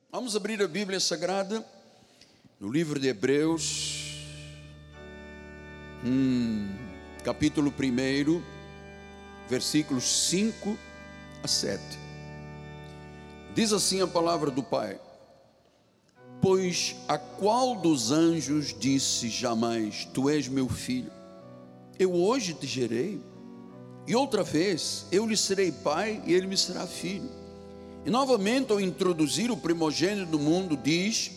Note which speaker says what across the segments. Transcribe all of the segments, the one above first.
Speaker 1: Vamos abrir a Bíblia Sagrada no livro de Hebreus, capítulo 1, versículos 5 a 7. Diz assim a palavra do Pai: Pois a qual dos anjos disse jamais: Tu és meu filho, eu hoje te gerei? E outra vez, eu lhe serei pai e ele me será filho. E novamente, ao introduzir o primogênito do mundo, diz,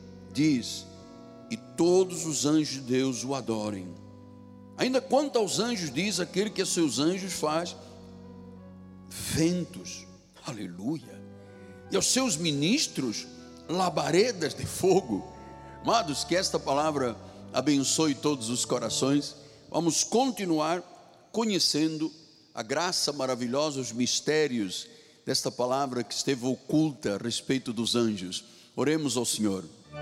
Speaker 1: e todos os anjos de Deus o adorem. Ainda quanto aos anjos, diz aquele que a seus anjos faz ventos, aleluia, e aos seus ministros labaredas de fogo. Amados, que esta palavra abençoe todos os corações. Vamos continuar conhecendo a graça maravilhosa, os mistérios desta palavra que esteve oculta a respeito dos anjos. Oremos ao Senhor.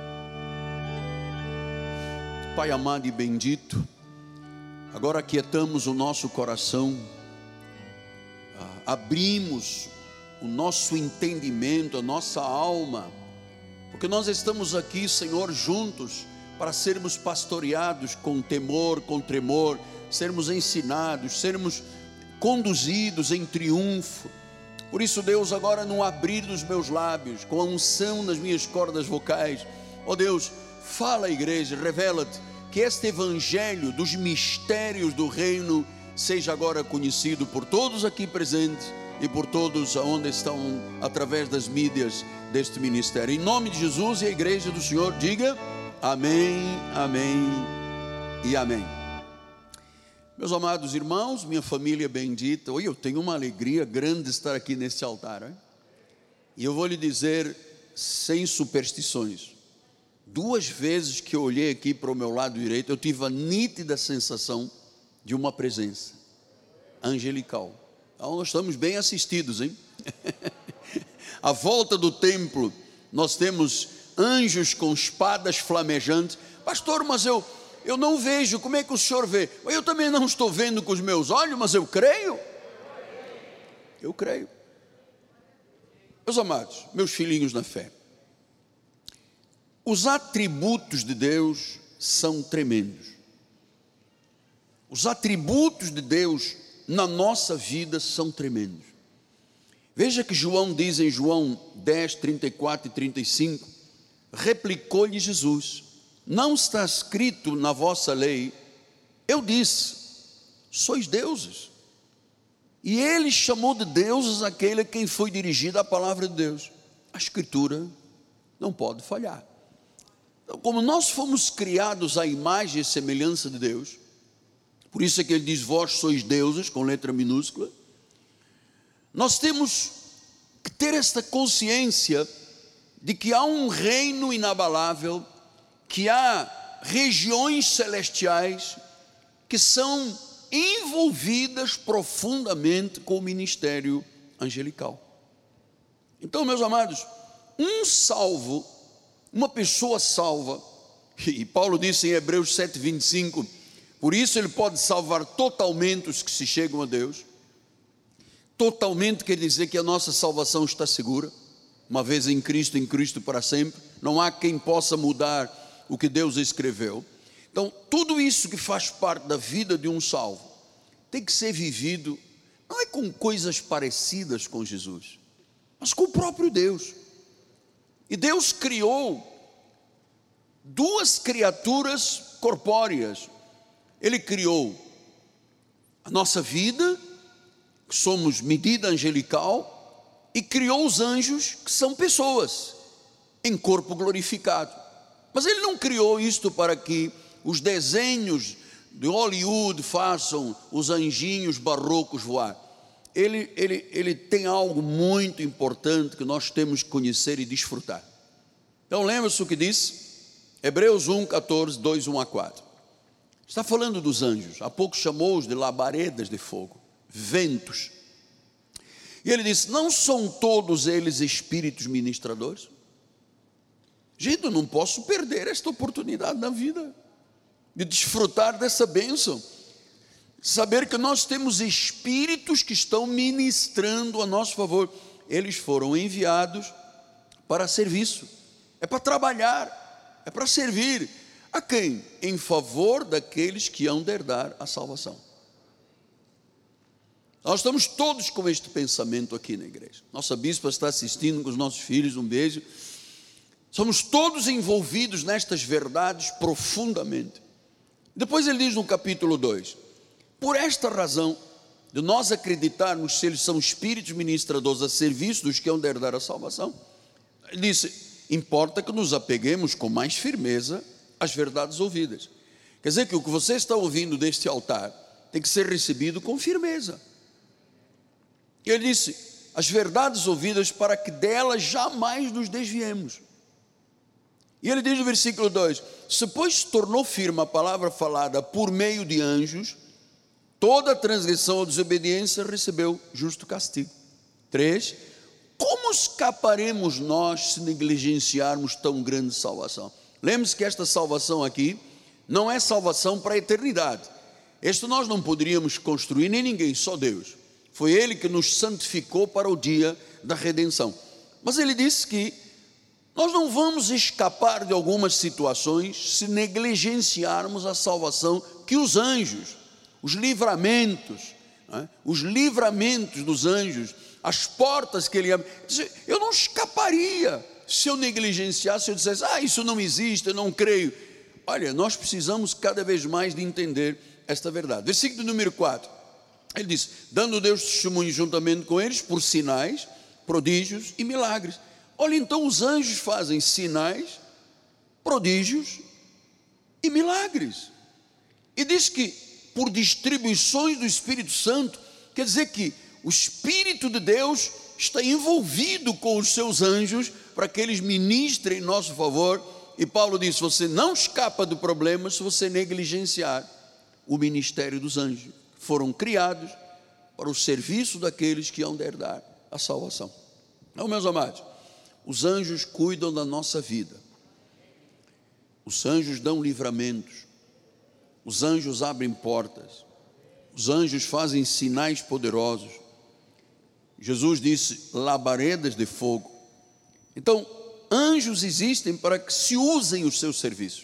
Speaker 1: Pai amado e bendito, agora aquietamos o nosso coração, abrimos o nosso entendimento, a nossa alma, porque nós estamos aqui, Senhor, juntos para sermos pastoreados com temor, com tremor, sermos ensinados, sermos conduzidos em triunfo. Por isso, Deus, agora no abrir dos meus lábios, com a unção nas minhas cordas vocais, ó Deus, fala à igreja, revela-te, que este evangelho dos mistérios do reino seja agora conhecido por todos aqui presentes e por todos onde estão através das mídias deste ministério. Em nome de Jesus, e a igreja do Senhor diga amém, amém e amém. Meus amados irmãos, minha família bendita, hoje eu tenho uma alegria grande de estar aqui neste altar, hein? E eu vou lhe dizer, sem superstições, 2 vezes que eu olhei aqui para o meu lado direito, eu tive a nítida sensação de uma presença angelical. Então nós estamos bem assistidos, hein? À volta do templo, nós temos anjos com espadas flamejantes. Pastor, mas eu não vejo, como é que o senhor vê? Eu também não estou vendo com os meus olhos, mas eu creio. Eu creio. Meus amados, meus filhinhos na fé, os atributos de Deus são tremendos. Os atributos de Deus na nossa vida são tremendos. Veja que João diz em João 10, 34 e 35, replicou-lhe Jesus: Não está escrito na vossa lei, eu disse, sois deuses. E ele chamou de deuses aquele a quem foi dirigida a palavra de Deus. A escritura não pode falhar. Então, como nós fomos criados à imagem e semelhança de Deus, por isso é que ele diz, vós sois deuses, com letra minúscula, nós temos que ter esta consciência de que há um reino inabalável, que há regiões celestiais que são envolvidas profundamente com o ministério angelical. Então, meus amados, um salvo, uma pessoa salva, e Paulo disse em Hebreus 7:25, por isso ele pode salvar totalmente os que se chegam a Deus. Totalmente quer dizer que a nossa salvação está segura, uma vez em Cristo para sempre. Não há quem possa mudar o que Deus escreveu. Então, tudo isso que faz parte da vida de um salvo tem que ser vivido, não é com coisas parecidas com Jesus, mas com o próprio Deus. E Deus criou 2 criaturas corpóreas. Ele criou a nossa vida, que somos medida angelical, e criou os anjos, que são pessoas em corpo glorificado. Mas ele não criou isto para que os desenhos de Hollywood façam os anjinhos barrocos voar. Ele tem algo muito importante que nós temos que conhecer e desfrutar. Então lembra-se o que disse Hebreus 1:14, 2, 1 a 4. Está falando dos anjos. Há pouco chamou-os de labaredas de fogo, ventos. E ele disse, não são todos eles espíritos ministradores? Gente, eu não posso perder esta oportunidade na vida de desfrutar dessa bênção, saber que nós temos espíritos que estão ministrando a nosso favor. Eles foram enviados para serviço, é para trabalhar, é para servir. A quem? Em favor daqueles que hão de herdar a salvação. Nós estamos todos com este pensamento aqui na igreja. Nossa bispa está assistindo com os nossos filhos, um beijo. Somos todos envolvidos nestas verdades profundamente. Depois ele diz no capítulo 2, por esta razão, de nós acreditarmos se eles são espíritos ministradores a serviço dos que hão de herdar a salvação, ele disse, importa que nos apeguemos com mais firmeza às verdades ouvidas. Quer dizer que o que você está ouvindo deste altar tem que ser recebido com firmeza. E ele disse, as verdades ouvidas para que delas jamais nos desviemos. E ele diz no versículo 2, se pois se tornou firme a palavra falada por meio de anjos, toda transgressão ou desobediência recebeu justo castigo. 3, como escaparemos nós se negligenciarmos tão grande salvação? Lembre-se que esta salvação aqui não é salvação para a eternidade. Este nós não poderíamos construir, nem ninguém, só Deus. Foi Ele que nos santificou para o dia da redenção. Mas Ele disse que nós não vamos escapar de algumas situações se negligenciarmos a salvação que os anjos, os livramentos dos anjos, as portas que Ele abre. Eu não escaparia se eu negligenciasse, se eu dissesse, isso não existe, eu não creio. Olha, nós precisamos cada vez mais de entender esta verdade. Versículo número 4, ele diz, dando Deus testemunho juntamente com eles, por sinais, prodígios e milagres. Olha, então os anjos fazem sinais, prodígios e milagres. E diz que por distribuições do Espírito Santo, quer dizer que o Espírito de Deus está envolvido com os seus anjos para que eles ministrem em nosso favor. E Paulo diz, você não escapa do problema se você negligenciar o ministério dos anjos, que foram criados para o serviço daqueles que hão de herdar a salvação. Então, meus amados, os anjos cuidam da nossa vida, os anjos dão livramentos, os anjos abrem portas, os anjos fazem sinais poderosos. Jesus disse, labaredas de fogo. Então, anjos existem para que se usem os seus serviços.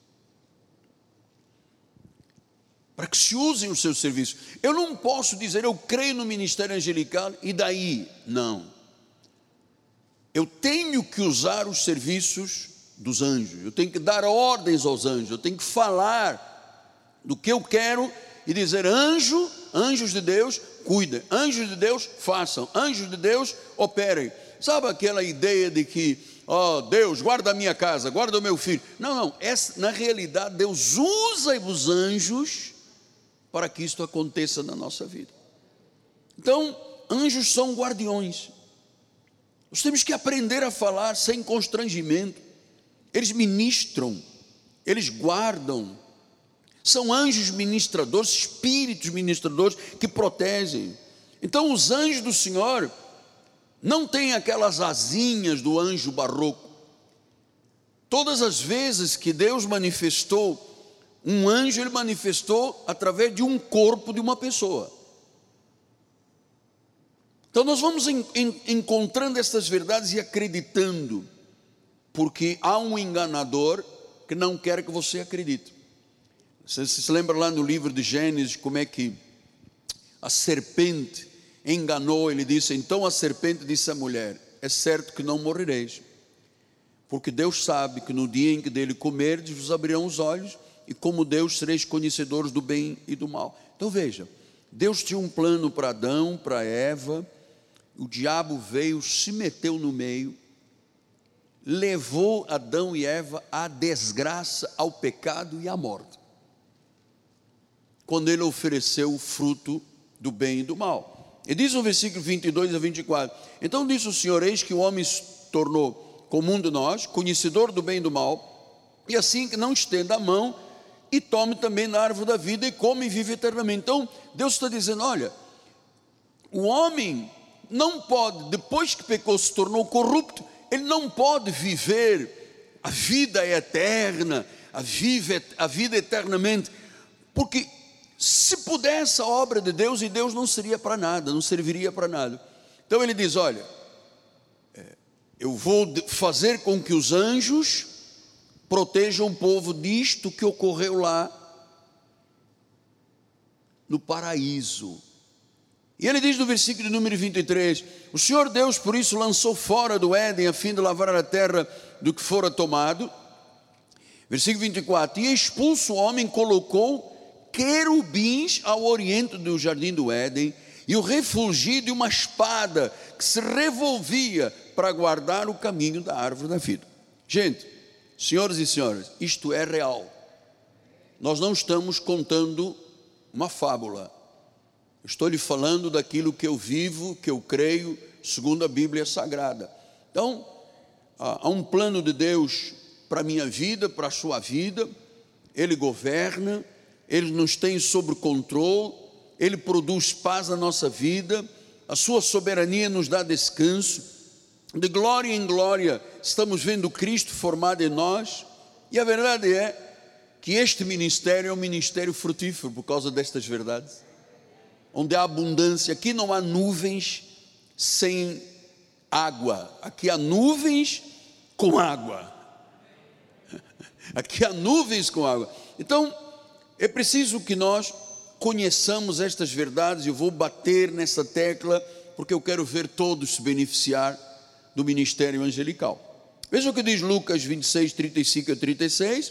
Speaker 1: Para que se usem os seus serviços. Eu não posso dizer, eu creio no ministério angelical e daí, não. Eu tenho que usar os serviços dos anjos, eu tenho que dar ordens aos anjos, eu tenho que falar do que eu quero e dizer, anjos de Deus, cuidem, anjos de Deus, façam, anjos de Deus, operem. Sabe aquela ideia de que, Deus, guarda a minha casa, guarda o meu filho? Não, na realidade Deus usa os anjos para que isto aconteça na nossa vida. Então, anjos são guardiões. Nós temos que aprender a falar sem constrangimento. Eles ministram, eles guardam. São anjos ministradores, espíritos ministradores que protegem. Então os anjos do Senhor não têm aquelas asinhas do anjo barroco. Todas as vezes que Deus manifestou um anjo, Ele manifestou através de um corpo de uma pessoa. Então nós vamos encontrando estas verdades e acreditando, porque há um enganador que não quer que você acredite. Você se lembra lá no livro de Gênesis, como é que a serpente enganou, ele disse, então a serpente disse à mulher, é certo que não morrereis, porque Deus sabe que no dia em que dele comerdes, vos abrirão os olhos, e como Deus sereis conhecedores do bem e do mal. Então veja, Deus tinha um plano para Adão, para Eva, o diabo veio, se meteu no meio, levou Adão e Eva à desgraça, ao pecado e à morte, quando ele ofereceu o fruto do bem e do mal. E diz no versículo 22 a 24, então disse o Senhor, eis que o homem se tornou comum de nós, conhecedor do bem e do mal, e assim que não estenda a mão, e tome também na árvore da vida, e come e vive eternamente. Então Deus está dizendo, olha, o homem não pode, depois que pecou, se tornou corrupto, ele não pode viver a vida eterna, a vida eternamente, porque se pudesse a obra de Deus, e Deus não seria para nada, não serviria para nada. Então ele diz, olha, eu vou fazer com que os anjos protejam o povo disto que ocorreu lá no paraíso. E ele diz no versículo de número 23, o Senhor Deus por isso lançou fora do Éden a fim de lavrar a terra do que fora tomado. Versículo 24, e expulso o homem colocou querubins ao oriente do jardim do Éden e o refulgio de uma espada que se revolvia para guardar o caminho da árvore da vida. Gente, senhores e senhoras, isto é real. Nós não estamos contando uma fábula. Estou lhe falando daquilo que eu vivo, que eu creio, segundo a Bíblia Sagrada. Então, há um plano de Deus para a minha vida, para a sua vida. Ele governa, Ele nos tem sob controle, Ele produz paz na nossa vida, a sua soberania nos dá descanso. De glória em glória estamos vendo Cristo formado em nós, e a verdade é que este ministério é um ministério frutífero por causa destas verdades, onde há abundância. Aqui não há nuvens sem água, aqui há nuvens com água, aqui há nuvens com água. Então é preciso que nós conheçamos estas verdades. Eu vou bater nessa tecla porque eu quero ver todos se beneficiar do ministério angelical. Veja o que diz Lucas 26, 35 a 36.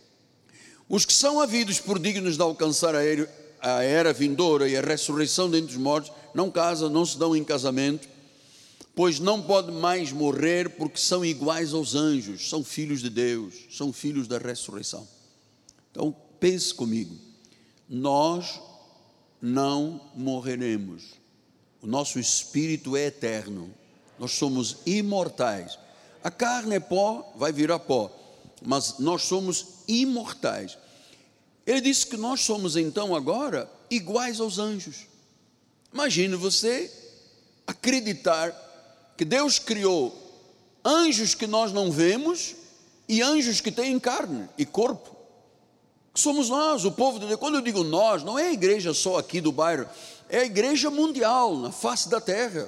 Speaker 1: Os que são havidos por dignos de alcançar a era vindoura e a ressurreição dentre os mortos, não casam, não se dão em casamento, pois não podem mais morrer, porque são iguais aos anjos, são filhos de Deus, são filhos da ressurreição. Então pense comigo, nós não morreremos, o nosso espírito é eterno, nós somos imortais. A carne é pó, vai virar pó, mas nós somos imortais. Ele disse que nós somos então agora iguais aos anjos. Imagine você acreditar que Deus criou anjos que nós não vemos e anjos que têm carne e corpo, que somos nós, o povo de Deus. Quando eu digo nós, não é a igreja só aqui do bairro, é a igreja mundial, na face da terra.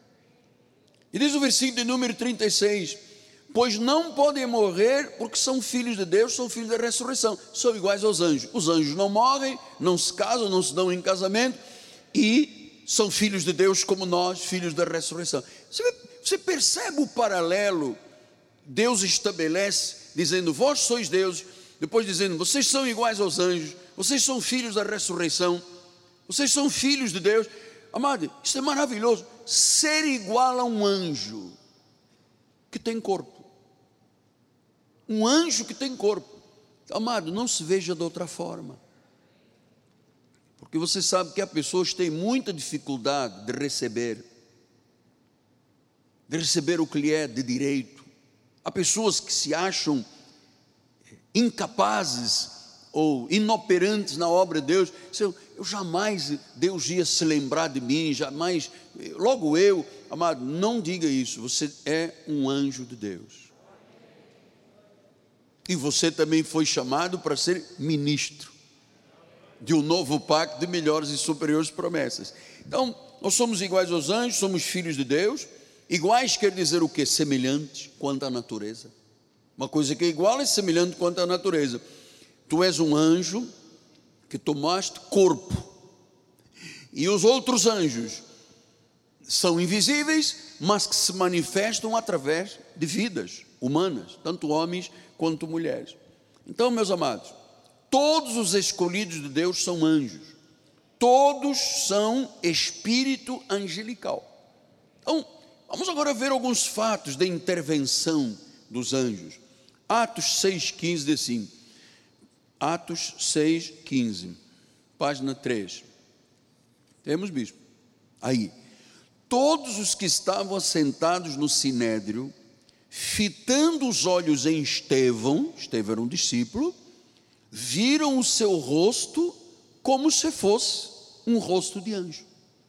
Speaker 1: E diz o versículo de número 36, pois não podem morrer, porque são filhos de Deus, são filhos da ressurreição, são iguais aos anjos. Os anjos não morrem, não se casam, não se dão em casamento, e são filhos de Deus como nós, filhos da ressurreição. Você percebe o paralelo? Deus estabelece, dizendo, vós sois Deus, depois dizendo, vocês são iguais aos anjos, vocês são filhos da ressurreição, vocês são filhos de Deus. Amado, isso é maravilhoso, ser igual a um anjo que tem corpo. Um anjo que tem corpo. Amado, não se veja de outra forma, porque você sabe que há pessoas que têm muita dificuldade de receber o que lhe é de direito. Há pessoas que se acham incapazes ou inoperantes na obra de Deus. Eu jamais, Deus ia se lembrar de mim, jamais, logo eu. Amado, não diga isso, você é um anjo de Deus. E você também foi chamado para ser ministro de um novo pacto de melhores e superiores promessas. Então, nós somos iguais aos anjos, somos filhos de Deus. Iguais quer dizer o quê? Semelhantes quanto à natureza. Uma coisa que é igual é semelhante quanto à natureza. Tu és um anjo que tomaste corpo, e os outros anjos são invisíveis, mas que se manifestam através de vidas humanas, tanto homens quanto mulheres. Então, meus amados, todos os escolhidos de Deus são anjos, todos são espírito angelical. Então, vamos agora ver alguns fatos da intervenção dos anjos. Atos 6,15 diz assim, Atos 6,15, página 3, temos, bispo? Aí, todos os que estavam assentados no sinédrio, fitando os olhos em Estevão era um discípulo, viram o seu rosto como se fosse um rosto de anjo.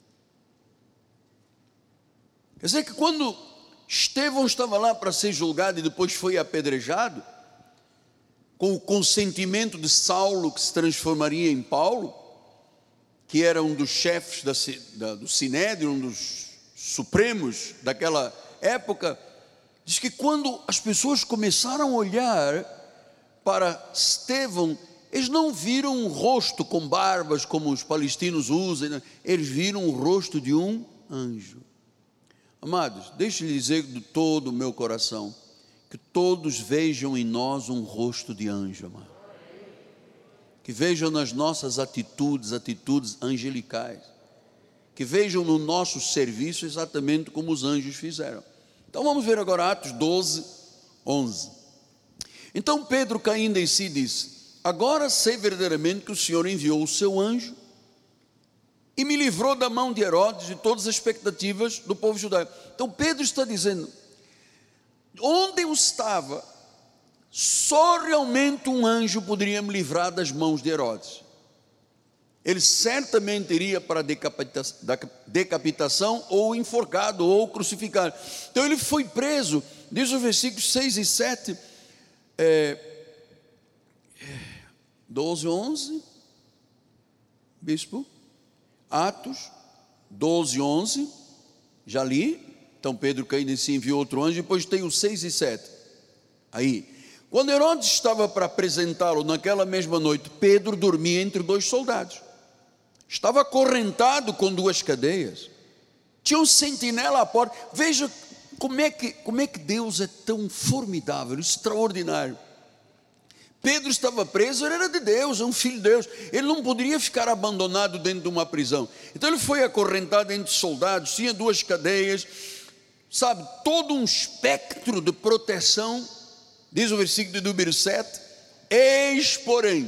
Speaker 1: Quer dizer que quando Estevão estava lá para ser julgado e depois foi apedrejado, com o consentimento de Saulo, que se transformaria em Paulo, que era um dos chefes do Sinédrio, um dos supremos daquela época, Diz que quando as pessoas começaram a olhar para Estevão, eles não viram um rosto com barbas como os palestinos usam, eles viram o rosto de um anjo. Amados, deixe-lhe dizer de todo o meu coração, que todos vejam em nós um rosto de anjo, amado. Que vejam nas nossas atitudes angelicais. Que vejam no nosso serviço exatamente como os anjos fizeram. Então vamos ver agora Atos 12, 11. Então Pedro, caindo em si, disse: agora sei verdadeiramente que o Senhor enviou o seu anjo e me livrou da mão de Herodes e todas as expectativas do povo judaico. Então Pedro está dizendo: onde eu estava, só realmente um anjo poderia me livrar das mãos de Herodes. Ele certamente iria para a decapitação, ou enforcado, ou crucificado. Então ele foi preso, diz os versículos 6 e 7, 12, 11, bispo, Atos 12, 11, já li. Então Pedro caindo em si enviou outro anjo. Depois tem os 6 e 7, aí, quando Herodes estava para apresentá-lo naquela mesma noite, Pedro dormia entre dois soldados, estava acorrentado com duas cadeias, tinha um sentinela à porta. Veja como é que Deus é tão formidável, extraordinário. Pedro estava preso, ele era de Deus, é um filho de Deus, ele não poderia ficar abandonado dentro de uma prisão. Então ele foi acorrentado entre soldados, tinha duas cadeias, sabe, todo um espectro de proteção. Diz o versículo de número 7, eis porém,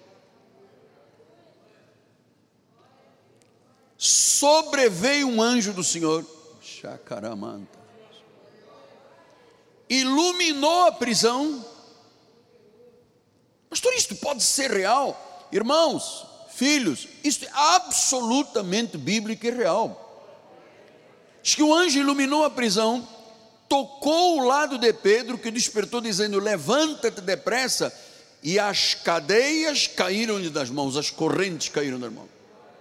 Speaker 1: sobreveio um anjo do Senhor, chacaramanta, iluminou a prisão. Pastor, isto pode ser real? Irmãos, filhos, isto é absolutamente bíblico e real. Diz que o anjo iluminou a prisão, tocou o lado de Pedro, que despertou dizendo: levanta-te depressa, e as cadeias caíram-lhe das mãos, as correntes caíram das mãos.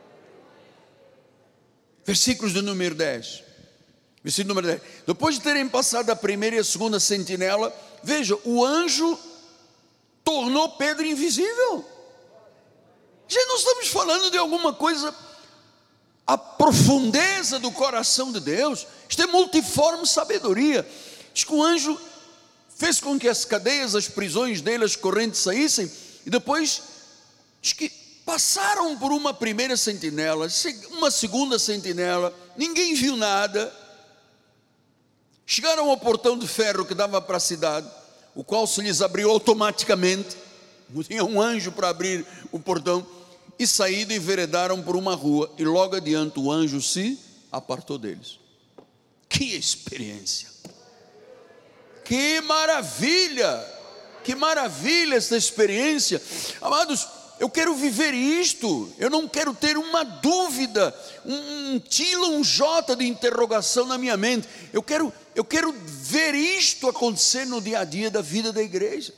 Speaker 1: Versículos do número 10, versículo número 10, depois de terem passado a primeira e a segunda sentinela, veja, o anjo tornou Pedro invisível. Já não estamos falando de alguma coisa, a profundeza do coração de Deus, isto é multiforme sabedoria. Diz que o anjo fez com que as cadeias, as prisões dele, as correntes saíssem, e depois diz que passaram por uma primeira sentinela, uma segunda sentinela, ninguém viu nada, chegaram ao portão de ferro que dava para a cidade, o qual se lhes abriu automaticamente, tinha um anjo para abrir o portão, e saíram e enveredaram por uma rua, e logo adiante o anjo se apartou deles. Que experiência, que maravilha essa experiência, amados. Eu quero viver isto, eu não quero ter uma dúvida, um tilo, um jota de interrogação na minha mente. Eu quero ver isto acontecer no dia a dia da vida da igreja.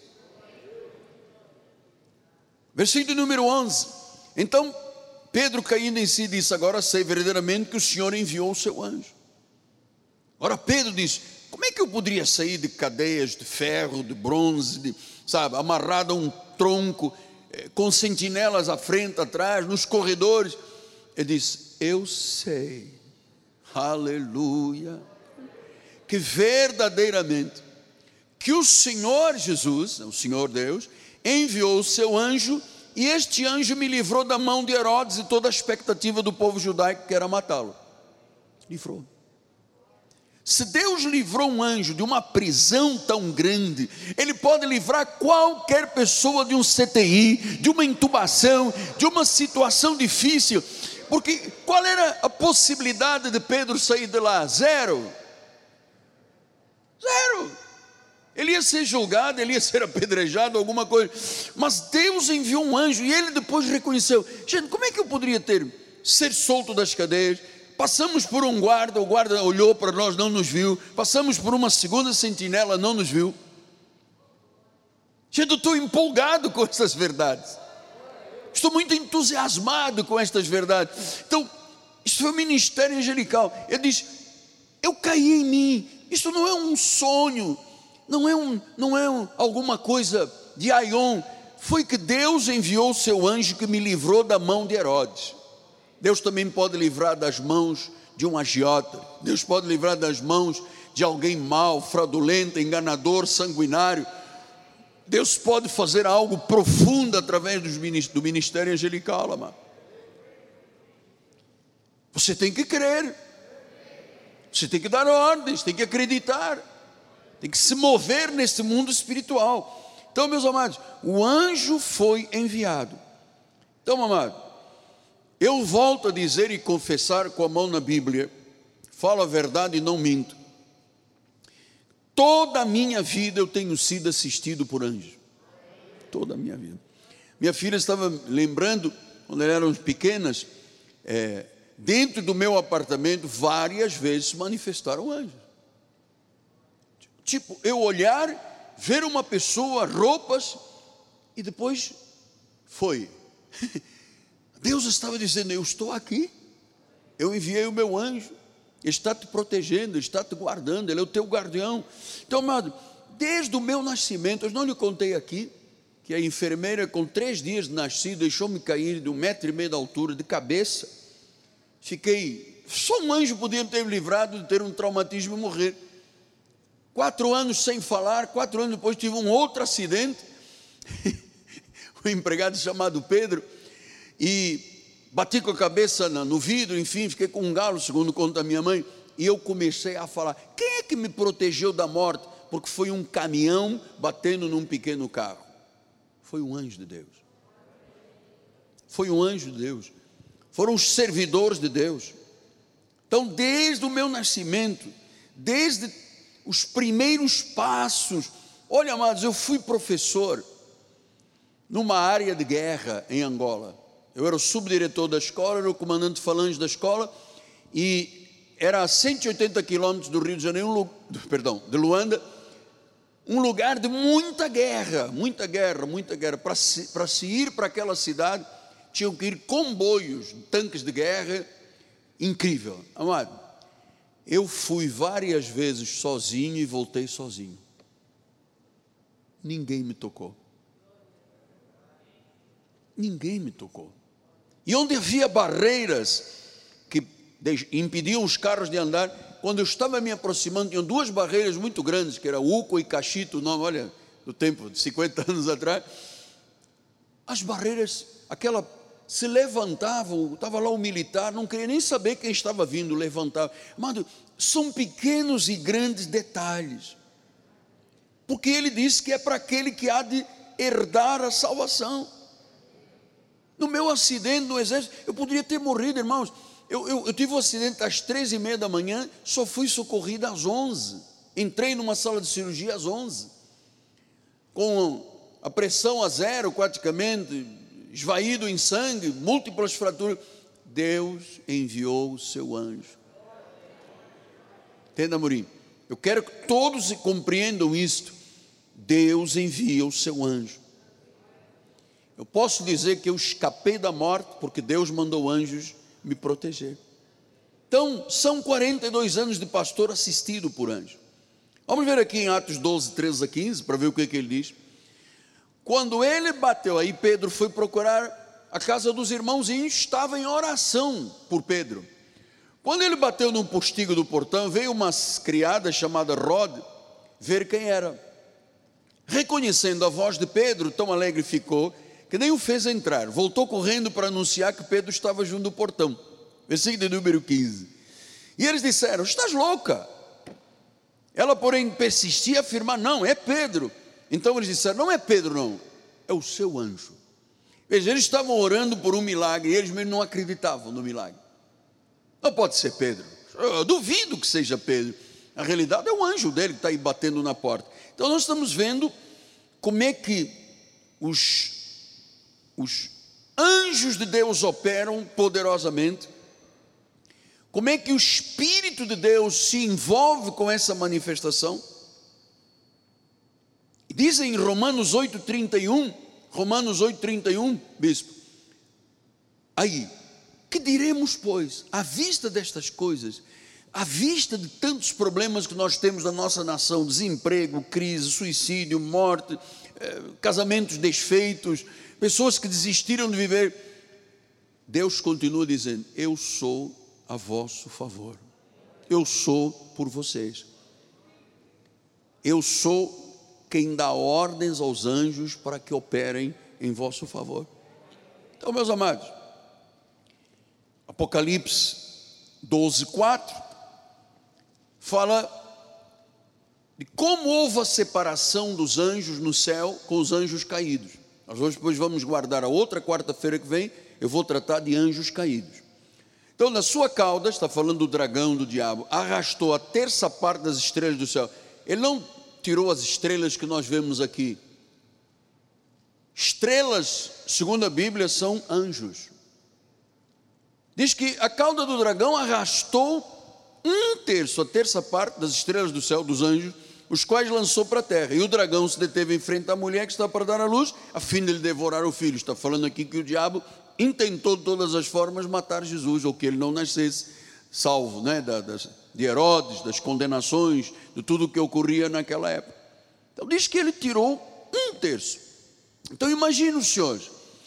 Speaker 1: Versículo número 11, então Pedro, caindo em si, disse: agora sei verdadeiramente que o Senhor enviou o seu anjo. Agora Pedro disse: como é que eu poderia sair de cadeias de ferro, de bronze, amarrado a um tronco, com sentinelas à frente, atrás, nos corredores? Ele disse: eu sei, aleluia, que verdadeiramente que o Senhor Jesus, o Senhor Deus, enviou o seu anjo, e este anjo me livrou da mão de Herodes e toda a expectativa do povo judaico que era matá-lo. Livrou. Se Deus livrou um anjo de uma prisão tão grande, Ele pode livrar qualquer pessoa de um CTI, de uma intubação, de uma situação difícil. Porque qual era a possibilidade de Pedro sair de lá? Zero. Ele ia ser julgado, ele ia ser apedrejado, alguma coisa. Mas Deus enviou um anjo, e ele depois reconheceu: gente, como é que eu poderia ser solto das cadeias? Passamos por um guarda, o guarda olhou para nós, não nos viu. Passamos por uma segunda sentinela, não nos viu. Gente, eu estou empolgado com essas verdades, estou muito entusiasmado com estas verdades. Então, isso foi o ministério angelical. Ele diz: eu caí em mim, Isso não é um sonho, não é alguma coisa de Aion. Foi que Deus enviou o seu anjo que me livrou da mão de Herodes. Deus também pode livrar das mãos de um agiota. Deus pode livrar das mãos de alguém mau, fraudulento, enganador, sanguinário. Deus pode fazer algo profundo através do ministério angelical, amado. Você tem que crer, você tem que dar ordens, tem que acreditar, tem que se mover nesse mundo espiritual. Então, meus amados, o anjo foi enviado. Então, amado, eu volto a dizer e confessar com a mão na Bíblia, falo a verdade e não minto. Toda a minha vida eu tenho sido assistido por anjos. Toda a minha vida. Minha filha estava lembrando, quando elas eram pequenas, dentro do meu apartamento, várias vezes se manifestaram anjos. Tipo, eu olhar, ver uma pessoa, roupas, e depois foi. Deus estava dizendo, eu estou aqui, eu enviei o meu anjo, ele está te protegendo, ele está te guardando, ele é o teu guardião. Então, amado, desde o meu nascimento, eu não lhe contei aqui, que a enfermeira com 3 dias de nascido, deixou-me cair de 1,5 metro de altura, de cabeça. Fiquei, só um anjo podia ter me livrado de ter um traumatismo e morrer. 4 anos sem falar, 4 anos depois tive um outro acidente, um empregado chamado Pedro, e bati com a cabeça no vidro, enfim, fiquei com um galo, segundo conta da minha mãe, e eu comecei a falar, quem é que me protegeu da morte? Porque foi um caminhão batendo num pequeno carro. Foi um anjo de Deus. Foi um anjo de Deus. Foram os servidores de Deus. Então, desde o meu nascimento, desde os primeiros passos, olha, amados, eu fui professor numa área de guerra em Angola. Eu era o subdiretor da escola, era o comandante de falange da escola, e era a 180 quilômetros do Rio de Janeiro, de Luanda, um lugar de muita guerra. Para se ir para aquela cidade, tinham que ir comboios, tanques de guerra, incrível. Amado, eu fui várias vezes sozinho e voltei sozinho. Ninguém me tocou. Ninguém me tocou. E onde havia barreiras que impediam os carros de andar, quando eu estava me aproximando, tinham 2 barreiras muito grandes, que era Uco e Cachito, o nome, olha, do tempo de 50 anos atrás. As barreiras, se levantavam, estava lá o militar, não queria nem saber quem estava vindo, levantava. Amado, são pequenos e grandes detalhes, porque ele disse que é para aquele que há de herdar a salvação. No meu acidente no exército, eu poderia ter morrido, irmãos. Eu tive um acidente às 3h30 da manhã, só fui socorrido às 11. Entrei numa sala de cirurgia às 11, com a pressão a 0 praticamente, esvaído em sangue, múltiplas fraturas. Deus enviou o seu anjo. Entenda, Amorim? Eu quero que todos compreendam isto. Deus envia o seu anjo. Eu posso dizer que eu escapei da morte, porque Deus mandou anjos me proteger. Então, são 42 anos de pastor assistido por anjo. Vamos ver aqui em Atos 12, 13 a 15, para ver o que ele diz. Quando ele bateu, aí Pedro foi procurar a casa dos irmãos e estava em oração por Pedro. Quando ele bateu no postigo do portão, veio uma criada chamada Rode ver quem era. Reconhecendo a voz de Pedro, tão alegre ficou, que nem o fez entrar. Voltou correndo para anunciar que Pedro estava junto do portão. Versículo de número 15. E eles disseram, estás louca? Ela, porém, persistia a afirmar, não, é Pedro. Então eles disseram, não é Pedro não, é o seu anjo. Veja, eles estavam orando por um milagre, e eles mesmo não acreditavam no milagre. Não pode ser Pedro, eu duvido que seja Pedro. Na realidade é o anjo dele que está aí batendo na porta. Então nós estamos vendo como é que os anjos de Deus operam poderosamente, como é que o Espírito de Deus se envolve com essa manifestação. Dizem em Romanos 8,31, bispo, aí, que diremos, pois, à vista destas coisas, à vista de tantos problemas que nós temos na nossa nação, desemprego, crise, suicídio, morte, casamentos desfeitos, pessoas que desistiram de viver, Deus continua dizendo: eu sou a vosso favor, eu sou por vocês, eu sou quem dá ordens aos anjos para que operem em vosso favor. Então, meus amados, Apocalipse 12:4 fala de como houve a separação dos anjos no céu com os anjos caídos. Nós hoje depois vamos guardar a outra quarta-feira que vem, eu vou tratar de anjos caídos. Então, na sua cauda, está falando do dragão, do diabo, arrastou a terça parte das estrelas do céu. Ele não tirou as estrelas que nós vemos aqui. Estrelas, segundo a Bíblia, são anjos. Diz que a cauda do dragão arrastou um terço, a terça parte das estrelas do céu, dos anjos, os quais lançou para a terra. E o dragão se deteve em frente à mulher que está para dar à luz, a fim de lhe devorar o filho. Está falando aqui que o diabo intentou de todas as formas matar Jesus, ou que ele não nascesse salvo, né, de Herodes, das condenações, de tudo o que ocorria naquela época. Então diz que ele tirou um terço. Então imagine os senhores,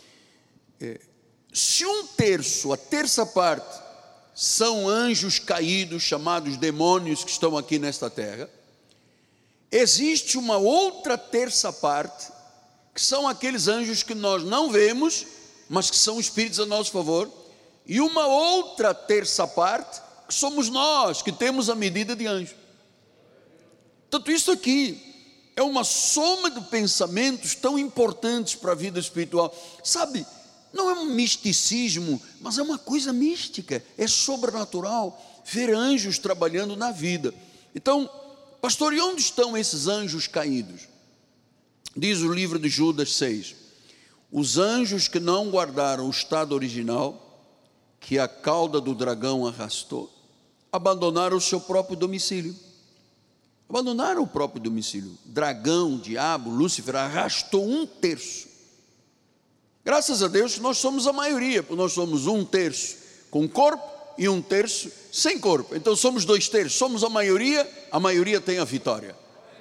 Speaker 1: se um terço, a terça parte, são anjos caídos, chamados demônios, que estão aqui nesta terra, existe uma outra terça parte, que são aqueles anjos que nós não vemos, mas que são espíritos a nosso favor, e uma outra terça parte, que somos nós, que temos a medida de anjo. Portanto, isso aqui é uma soma de pensamentos tão importantes para a vida espiritual. Sabe, não é um misticismo, mas é uma coisa mística, é sobrenatural, ver anjos trabalhando na vida. Então, pastor, e onde estão esses anjos caídos? Diz o livro de Judas 6, os anjos que não guardaram o estado original, que a cauda do dragão arrastou, abandonaram o seu próprio domicílio. Abandonaram o próprio domicílio. Dragão, diabo, Lúcifer arrastou um terço. Graças a Deus nós somos a maioria, porque nós somos um terço com corpo e um terço sem corpo. Então somos dois terços, somos a maioria tem a vitória.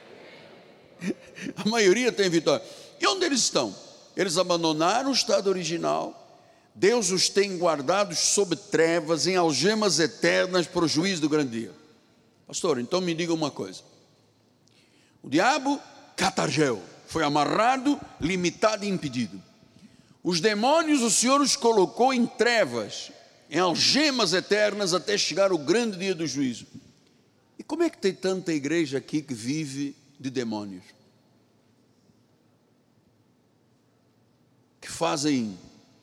Speaker 1: A maioria tem a vitória. E onde eles estão? Eles abandonaram o estado original. Deus os tem guardados sob trevas, em algemas eternas para o juízo do grande dia. Pastor, então me diga uma coisa. O diabo, catargeu, foi amarrado, limitado e impedido. Os demônios o Senhor os colocou em trevas, em algemas eternas, até chegar o grande dia do juízo. E como é que tem tanta igreja aqui que vive de demônios? Que fazem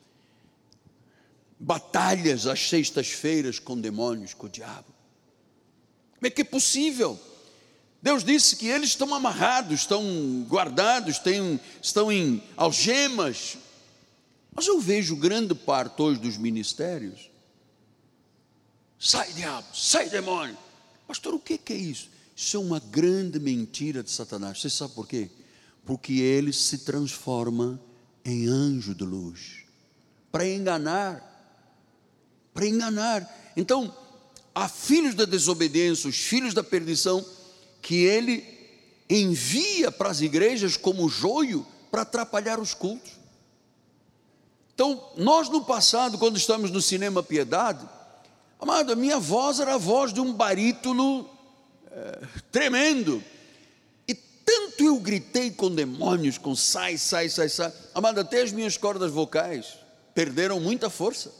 Speaker 1: batalhas às sextas-feiras com demônios, com o diabo. Como é que é possível? Deus disse que eles estão amarrados, estão guardados, estão em algemas. Mas eu vejo grande parte hoje dos ministérios. Sai diabo, sai demônio. Pastor, o que é isso? Isso é uma grande mentira de Satanás. Você sabe por quê? Porque ele se transforma em anjo de luz, para enganar. Então, há filhos da desobediência, os filhos da perdição, que ele envia para as igrejas como joio para atrapalhar os cultos. Então, nós no passado, quando estamos no Cinema Piedade, amado, a minha voz era a voz de um barítono tremendo, e tanto eu gritei com demônios, com sai, amado, até as minhas cordas vocais perderam muita força.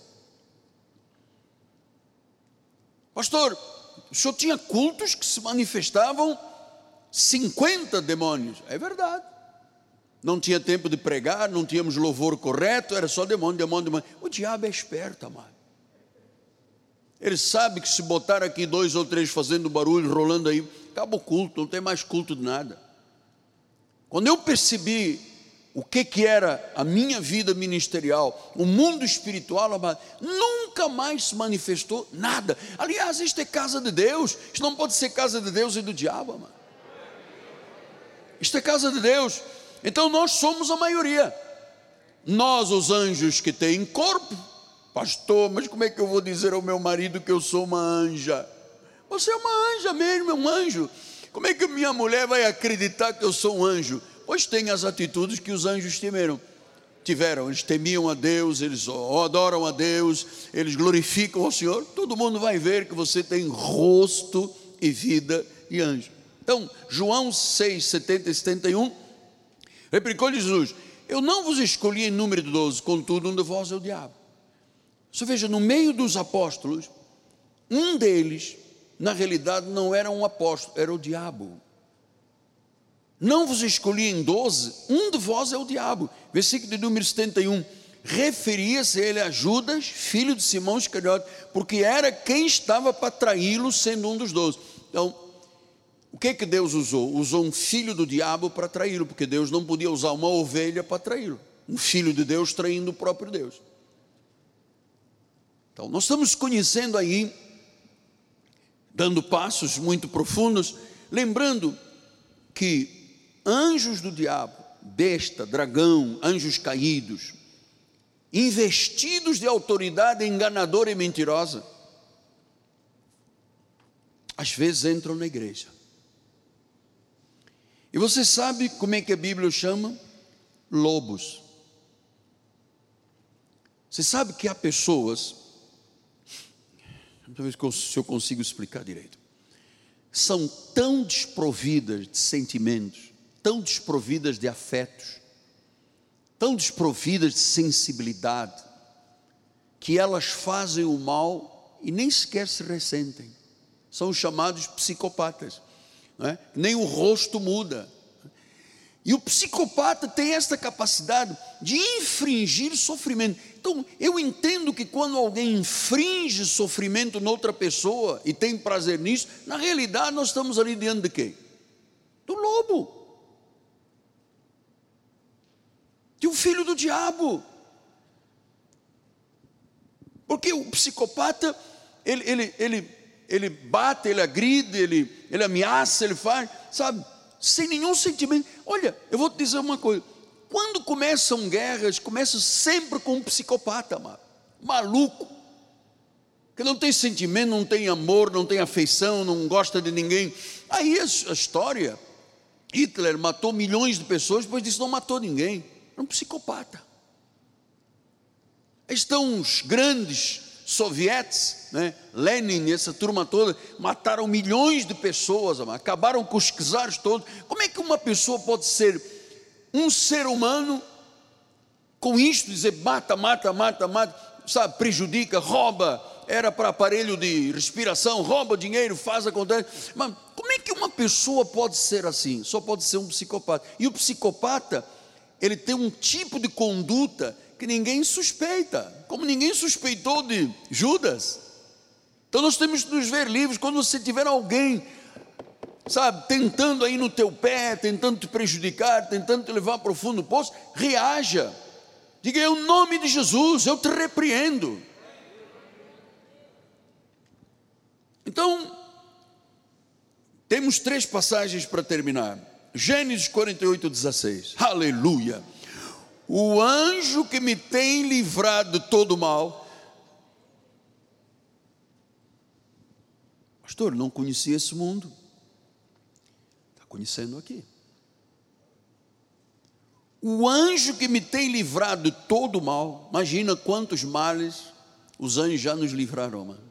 Speaker 1: Pastor, o senhor tinha cultos que se manifestavam 50 demônios. É verdade. Não tinha tempo de pregar, não tínhamos louvor correto, era só demônio. O diabo é esperto, amado. Ele sabe que se botar aqui 2 ou 3 fazendo barulho, rolando aí, acaba o culto, não tem mais culto de nada. Quando eu percebi o que era a minha vida ministerial, o mundo espiritual, amado, nunca mais se manifestou nada. Aliás, isto é casa de Deus, isto não pode ser casa de Deus e do diabo, amado. Isto é casa de Deus. Então nós somos a maioria. Nós, os anjos que têm corpo. Pastor, mas como é que eu vou dizer ao meu marido que eu sou uma anja? Você é uma anja mesmo, é um anjo. Como é que minha mulher vai acreditar que eu sou um anjo? Pois tem as atitudes que os anjos tiveram. Eles temiam a Deus, eles adoram a Deus, eles glorificam ao Senhor. Todo mundo vai ver que você tem rosto e vida de anjo. Então, João 6, 70 e 71, replicou-lhe Jesus: eu não vos escolhi em número de 12, contudo um de vós é o diabo. Você veja, no meio dos apóstolos, um deles, na realidade, não era um apóstolo, era o diabo. Não vos escolhi em 12, um de vós é o diabo. Versículo de número 71, referia-se ele a Judas, filho de Simão Iscariote, porque era quem estava para traí-lo, sendo um dos 12. Então, o que é que Deus usou? Usou um filho do diabo para traí-lo, porque Deus não podia usar uma ovelha para traí-lo. Um filho de Deus traindo o próprio Deus. Então, nós estamos conhecendo aí, dando passos muito profundos, lembrando que anjos do diabo, besta, dragão, anjos caídos, investidos de autoridade enganadora e mentirosa, às vezes entram na igreja. E você sabe como é que a Bíblia chama? Lobos. Você sabe que há pessoas, talvez se eu consigo explicar direito, são tão desprovidas de sentimentos, tão desprovidas de afetos, tão desprovidas de sensibilidade, que elas fazem o mal e nem sequer se ressentem. São os chamados psicopatas, não é? Nem o rosto muda. E o psicopata tem esta capacidade de infringir sofrimento. Então, eu entendo que quando alguém infringe sofrimento noutra pessoa e tem prazer nisso, na realidade nós estamos ali diante de quem? Do lobo. De um filho do diabo. Porque o psicopata, ele bate, ele agride, ele ameaça, ele faz, sabe, sem nenhum sentimento. Olha, eu vou te dizer uma coisa: quando começam guerras, começa sempre com um psicopata, maluco, que não tem sentimento, não tem amor, não tem afeição, não gosta de ninguém. Aí a história, Hitler matou milhões de pessoas, depois disso não matou ninguém. Era um psicopata. Estão os grandes sovietes, né? Lenin e essa turma toda, mataram milhões de pessoas, acabaram com os czares todos. Como é que uma pessoa pode ser um ser humano com isto, dizer mata, sabe, prejudica, rouba, era para aparelho de respiração, rouba dinheiro, faz acontece. Mas como é que uma pessoa pode ser assim? Só pode ser um psicopata. E o psicopata, ele tem um tipo de conduta que ninguém suspeita, como ninguém suspeitou de Judas. Então nós temos que nos ver livres. Quando você tiver alguém, sabe, tentando aí no teu pé, tentando te prejudicar, tentando te levar para o fundo do poço, reaja, diga: em nome de Jesus, eu te repreendo. Então, temos 3 passagens para terminar. Gênesis 48, 16, aleluia. O anjo que me tem livrado de todo mal. Pastor, não conhecia esse mundo. Está conhecendo aqui. O anjo que me tem livrado de todo mal. Imagina quantos males os anjos já nos livraram, mano.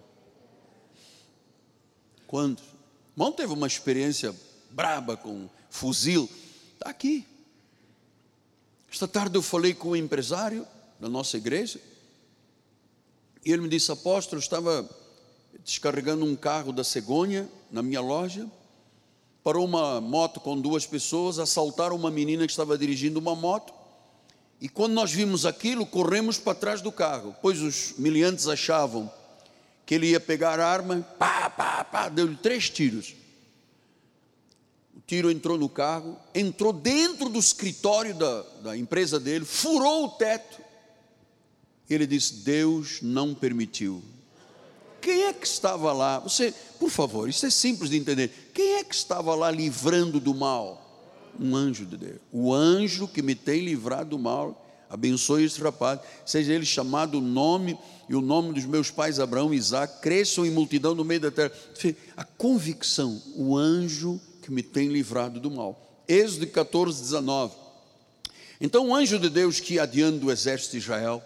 Speaker 1: Quantos? Irmão, teve uma experiência braba com fuzil. Está aqui. Esta tarde eu falei com um empresário da nossa igreja, e ele me disse: apóstolo, eu estava descarregando um carro da cegonha na minha loja, parou uma moto com 2 pessoas, assaltaram uma menina que estava dirigindo uma moto, e quando nós vimos aquilo, corremos para trás do carro, pois os miliantes achavam que ele ia pegar a arma, deu-lhe 3 tiros. O tiro entrou no carro, entrou dentro do escritório da empresa dele, furou o teto. Ele disse: Deus não permitiu. Quem é que estava lá? Você, por favor, isso é simples de entender. Quem é que estava lá livrando do mal? Um anjo de Deus. O anjo que me tem livrado do mal. abençoe este rapaz, seja ele chamado o nome e o nome dos meus pais Abraão e Isaac, cresçam em multidão no meio da terra. A convicção, o anjo que me tem livrado do mal. Êxodo 14, 19. Então o anjo de Deus que ia adiante do exército de Israel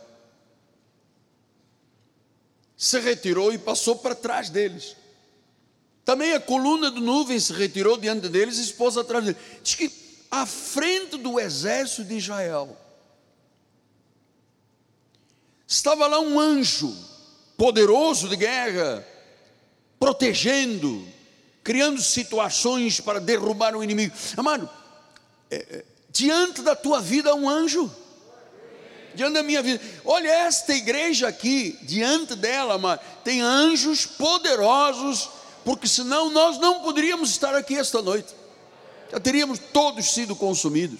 Speaker 1: se retirou e passou para trás deles. Também a coluna de nuvem se retirou diante deles e se pôs atrás deles. Diz que à frente do exército de Israel estava lá um anjo poderoso de guerra, protegendo, criando situações para derrubar o inimigo. Amado, diante da tua vida há um anjo, diante da minha vida. Olha esta igreja aqui, diante dela, amado, tem anjos poderosos, porque senão nós não poderíamos estar aqui esta noite, já teríamos todos sido consumidos.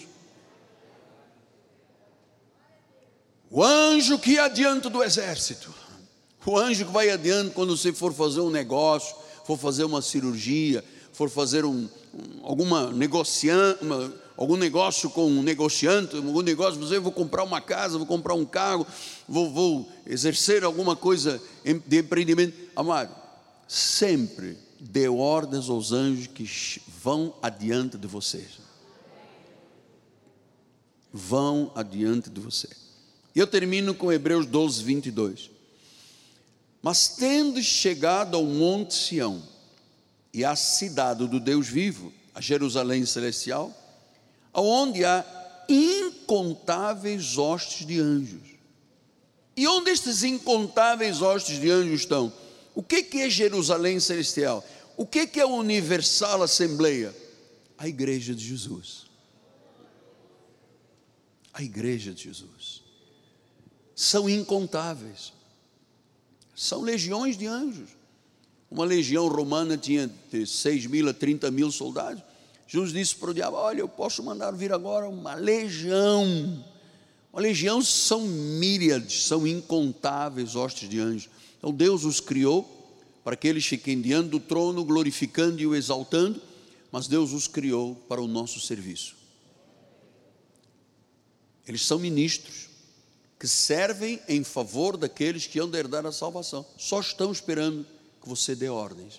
Speaker 1: O anjo que ia adiante do exército, o anjo que vai adiante quando você for fazer um negócio, for fazer uma cirurgia, for fazer algum negócio com um negociante, algum negócio, você vou comprar uma casa, vou comprar um carro, vou exercer alguma coisa de empreendimento. Amado, sempre dê ordens aos anjos que vão adiante de vocês. Vão adiante de você. E eu termino com Hebreus 12, 22. Mas tendo chegado ao monte Sião e à cidade do Deus vivo, a Jerusalém celestial, aonde há incontáveis hostes de anjos. E onde estes incontáveis hostes de anjos estão? O que é Jerusalém celestial? O que é a Universal Assembleia? A igreja de Jesus. A igreja de Jesus. São incontáveis. São legiões de anjos. Uma legião romana tinha de 6 mil a 30 mil soldados. Jesus disse para o diabo: olha, eu posso mandar vir agora uma legião. Uma legião são míriades, são incontáveis hostes de anjos. Então Deus os criou para que eles fiquem diante do trono, glorificando e o exaltando, mas Deus os criou para o nosso serviço. Eles são ministros que servem em favor daqueles que hão de herdar a salvação. Só estão esperando que você dê ordens.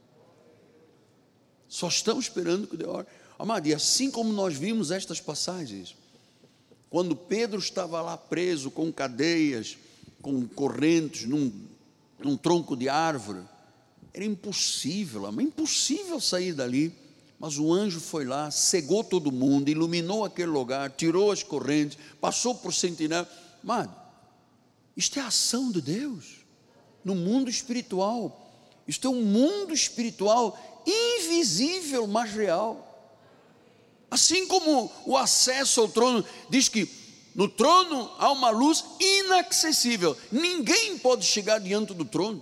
Speaker 1: Só estão esperando que dê ordem. Amado, e assim como nós vimos estas passagens, quando Pedro estava lá preso com cadeias, com correntes, num tronco de árvore, era impossível sair dali, mas o anjo foi lá, cegou todo mundo, iluminou aquele lugar, tirou as correntes, passou por sentinela. Amado, isto é a ação de Deus no mundo espiritual. Isto é um mundo espiritual invisível, mas real. Assim como o acesso ao trono, diz que no trono há uma luz inacessível, ninguém pode chegar diante do trono.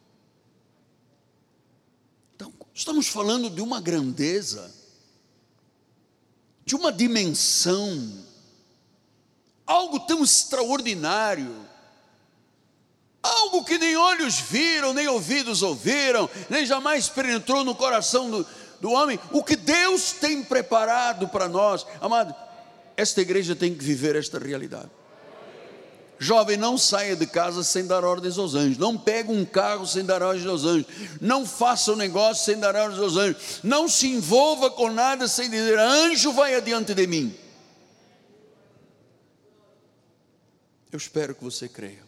Speaker 1: Então, estamos falando de uma grandeza, de uma dimensão, algo tão extraordinário, algo que nem olhos viram, nem ouvidos ouviram, nem jamais penetrou no coração do homem, o que Deus tem preparado para nós. Amado, esta igreja tem que viver esta realidade. Jovem, não saia de casa sem dar ordens aos anjos. Não pegue um carro sem dar ordens aos anjos. Não faça um negócio sem dar ordens aos anjos. Não se envolva com nada sem dizer: anjo, vai adiante de mim. Eu espero que você creia.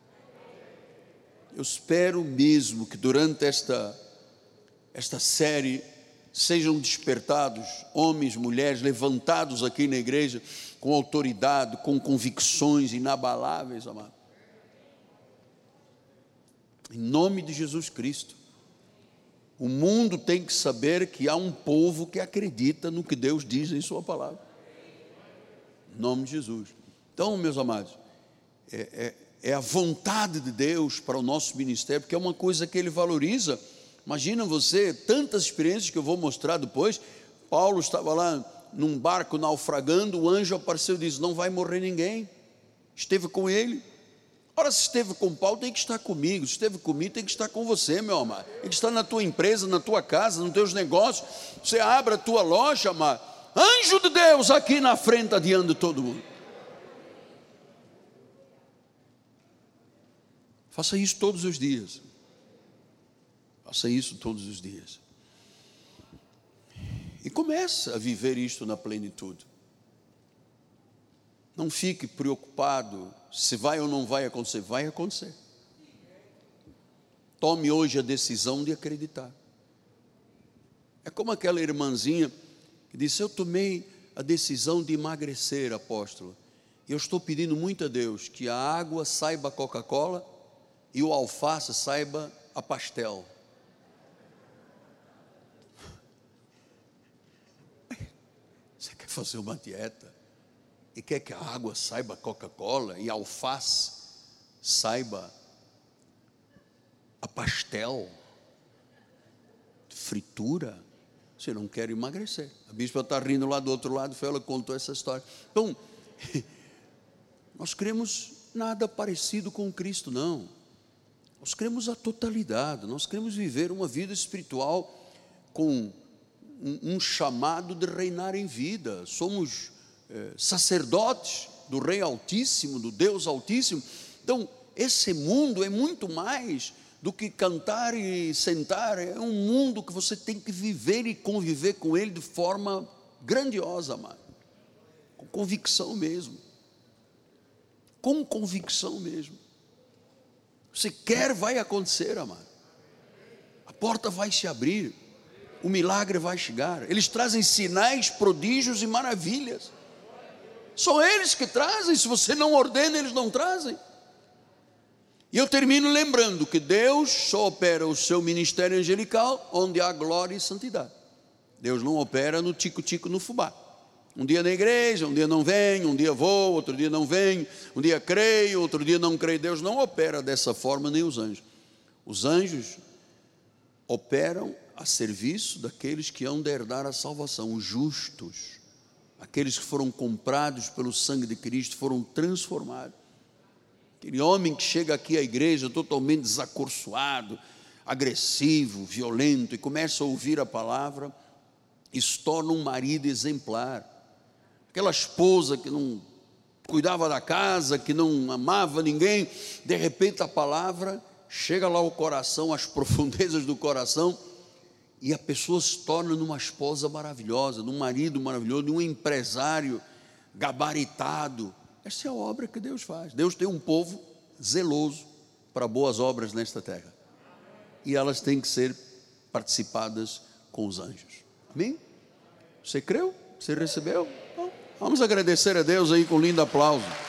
Speaker 1: Eu espero mesmo que durante esta série sejam despertados homens, mulheres, levantados aqui na igreja com autoridade, com convicções inabaláveis, amado. Em nome de Jesus Cristo. O mundo tem que saber que há um povo que acredita no que Deus diz em sua palavra. Em nome de Jesus. Então, meus amados, é a vontade de Deus para o nosso ministério, porque é uma coisa que Ele valoriza. Imagina você, tantas experiências que eu vou mostrar depois. Paulo estava lá num barco naufragando, o anjo apareceu e disse: não vai morrer ninguém. Esteve com ele. Ora, se esteve com Paulo, tem que estar comigo. Se esteve comigo, tem que estar com você, meu amado. Tem que estar na tua empresa, na tua casa, nos teus negócios. Você abre a tua loja, amado. Anjo de Deus aqui na frente, adiante de todo mundo. Faça isso todos os dias. Faça isso todos os dias. E comece a viver isto na plenitude. Não fique preocupado se vai ou não vai acontecer. Vai acontecer. Tome hoje a decisão de acreditar. É como aquela irmãzinha que disse: eu tomei a decisão de emagrecer, apóstolo. E eu estou pedindo muito a Deus que a água saiba a Coca-Cola e o alface saiba a pastel. Você quer fazer uma dieta e quer que a água saiba a Coca-Cola e a alface saiba a pastel, fritura? Você não quer emagrecer. A bispa está rindo lá do outro lado, foi ela que contou essa história. Então, nós queremos nada parecido com Cristo, não. Nós queremos a totalidade, nós queremos viver uma vida espiritual com um chamado de reinar em vida. Somos sacerdotes do Rei Altíssimo, do Deus Altíssimo. Então, esse mundo é muito mais do que cantar e sentar. É um mundo que você tem que viver e conviver com ele de forma grandiosa, amado. Com convicção mesmo. Com convicção mesmo. Você quer, vai acontecer, amado. A porta vai se abrir. O milagre vai chegar. Eles trazem sinais, prodígios e maravilhas. São eles que trazem. Se você não ordena, eles não trazem. E eu termino lembrando que Deus só opera o seu ministério angelical onde há glória e santidade. Deus não opera no tico-tico, no fubá. Um dia na igreja, um dia não venho, um dia vou, outro dia não venho, um dia creio, outro dia não creio. Deus não opera dessa forma, nem os anjos. Os anjos operam a serviço daqueles que hão de herdar a salvação, os justos, aqueles que foram comprados pelo sangue de Cristo, foram transformados. Aquele homem que chega aqui à igreja totalmente desacorçoado, agressivo, violento, e começa a ouvir a palavra, e se torna um marido exemplar. Aquela esposa que não cuidava da casa, que não amava ninguém, de repente a palavra chega lá ao coração, às profundezas do coração, e a pessoa se torna numa esposa maravilhosa, num marido maravilhoso, num empresário gabaritado. Essa é a obra que Deus faz. Deus tem um povo zeloso para boas obras nesta terra. E elas têm que ser participadas com os anjos. Amém? Você creu? Você recebeu? Então, vamos agradecer a Deus aí com um lindo aplauso.